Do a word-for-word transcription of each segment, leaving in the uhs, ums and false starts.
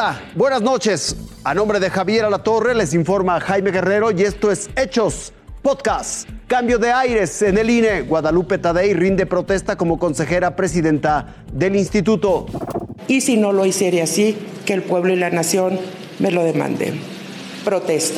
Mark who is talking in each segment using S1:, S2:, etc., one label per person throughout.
S1: Hola, buenas noches. A nombre de Javier Alatorre les informa Jaime Guerrero y esto es Hechos Podcast. Cambio de aires en el I N E. Guadalupe Tadei rinde protesta como consejera presidenta del instituto.
S2: Y si no lo hiciera así, que el pueblo y la nación me lo demanden. Protesto.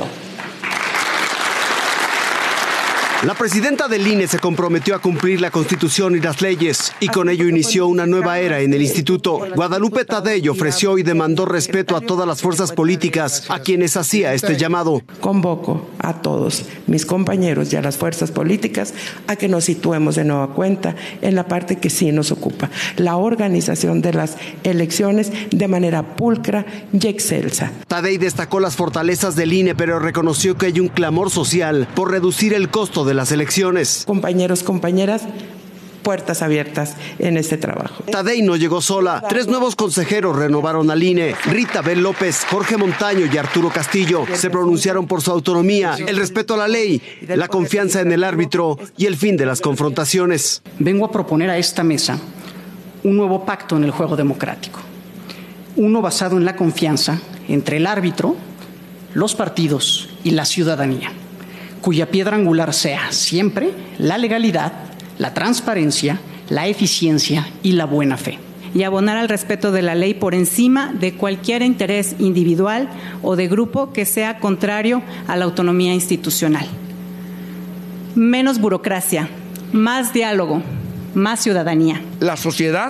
S1: La presidenta del I N E se comprometió a cumplir la Constitución y las leyes y con ello inició una nueva era en el instituto. Guadalupe Tadei ofreció y demandó respeto a todas las fuerzas políticas a quienes hacía este llamado.
S2: Convoco a todos mis compañeros y a las fuerzas políticas a que nos situemos de nueva cuenta en la parte que sí nos ocupa, la organización de las elecciones de manera pulcra y excelsa.
S1: Tadei destacó las fortalezas del I N E, pero reconoció que hay un clamor social por reducir el costo de las elecciones.
S2: Compañeros, compañeras, puertas abiertas en este trabajo.
S1: Tadei no llegó sola. Tres nuevos consejeros renovaron al I N E. Rita Bel López, Jorge Montaño y Arturo Castillo se pronunciaron por su autonomía, el respeto a la ley, la confianza en el árbitro y el fin de las confrontaciones.
S3: Vengo a proponer a esta mesa un nuevo pacto en el juego democrático. Uno basado en la confianza entre el árbitro, los partidos y la ciudadanía, cuya piedra angular sea siempre la legalidad, la transparencia, la eficiencia y la buena fe.
S4: Y abonar al respeto de la ley por encima de cualquier interés individual o de grupo que sea contrario a la autonomía institucional. Menos burocracia, más diálogo, más ciudadanía.
S5: La sociedad,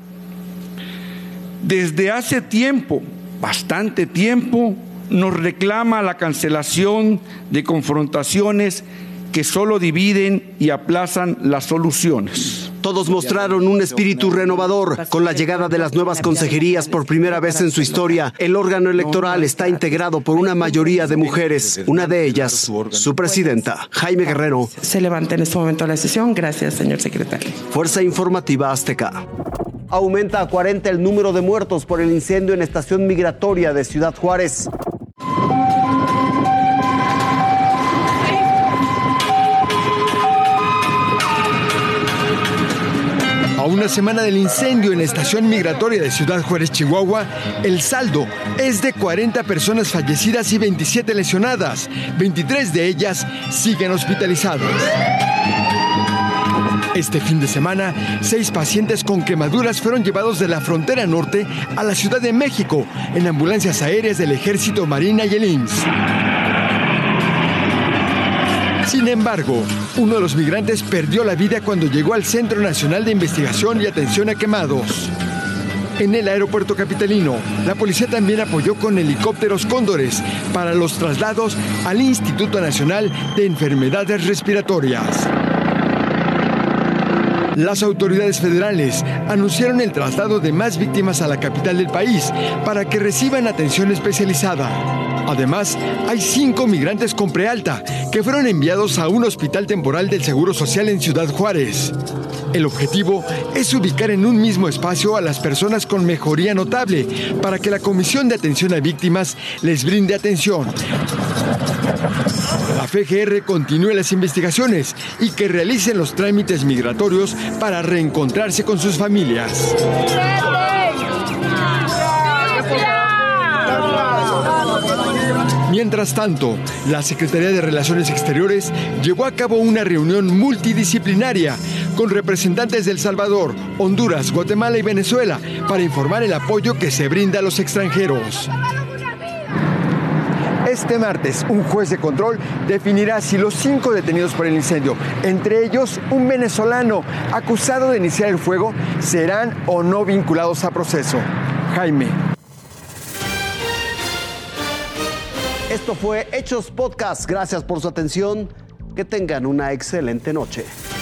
S5: desde hace tiempo, bastante tiempo, nos reclama la cancelación de confrontaciones que solo dividen y aplazan las soluciones.
S1: Todos mostraron un espíritu renovador. Con la llegada de las nuevas consejerías por primera vez en su historia, el órgano electoral está integrado por una mayoría de mujeres, una de ellas, su presidenta, Jaime Guerrero.
S2: Se levanta en este momento la sesión. Gracias, señor secretario.
S1: Fuerza Informativa Azteca. Aumenta a cuarenta el número de muertos por el incendio en estación migratoria de Ciudad Juárez.
S6: A una semana del incendio en la estación migratoria de Ciudad Juárez, Chihuahua, el saldo es de cuarenta personas fallecidas y veintisiete lesionadas. veintitrés de ellas siguen hospitalizadas. Este fin de semana, seis pacientes con quemaduras fueron llevados de la frontera norte a la Ciudad de México en ambulancias aéreas del Ejército, Marina y el I M S S. Sin embargo, uno de los migrantes perdió la vida cuando llegó al Centro Nacional de Investigación y Atención a Quemados. En el aeropuerto capitalino, la policía también apoyó con helicópteros Cóndores para los traslados al Instituto Nacional de Enfermedades Respiratorias. Las autoridades federales anunciaron el traslado de más víctimas a la capital del país para que reciban atención especializada. Además, hay cinco migrantes con prealta que fueron enviados a un hospital temporal del Seguro Social en Ciudad Juárez. El objetivo es ubicar en un mismo espacio a las personas con mejoría notable para que la Comisión de Atención a Víctimas les brinde atención. La F G R continúe las investigaciones y que realicen los trámites migratorios para reencontrarse con sus familias. Mientras tanto, la Secretaría de Relaciones Exteriores llevó a cabo una reunión multidisciplinaria con representantes de El Salvador, Honduras, Guatemala y Venezuela para informar el apoyo que se brinda a los extranjeros. Este martes, un juez de control definirá si los cinco detenidos por el incendio, entre ellos un venezolano acusado de iniciar el fuego, serán o no vinculados a proceso. Jaime.
S1: Esto fue Hechos Podcast. Gracias por su atención. Que tengan una excelente noche.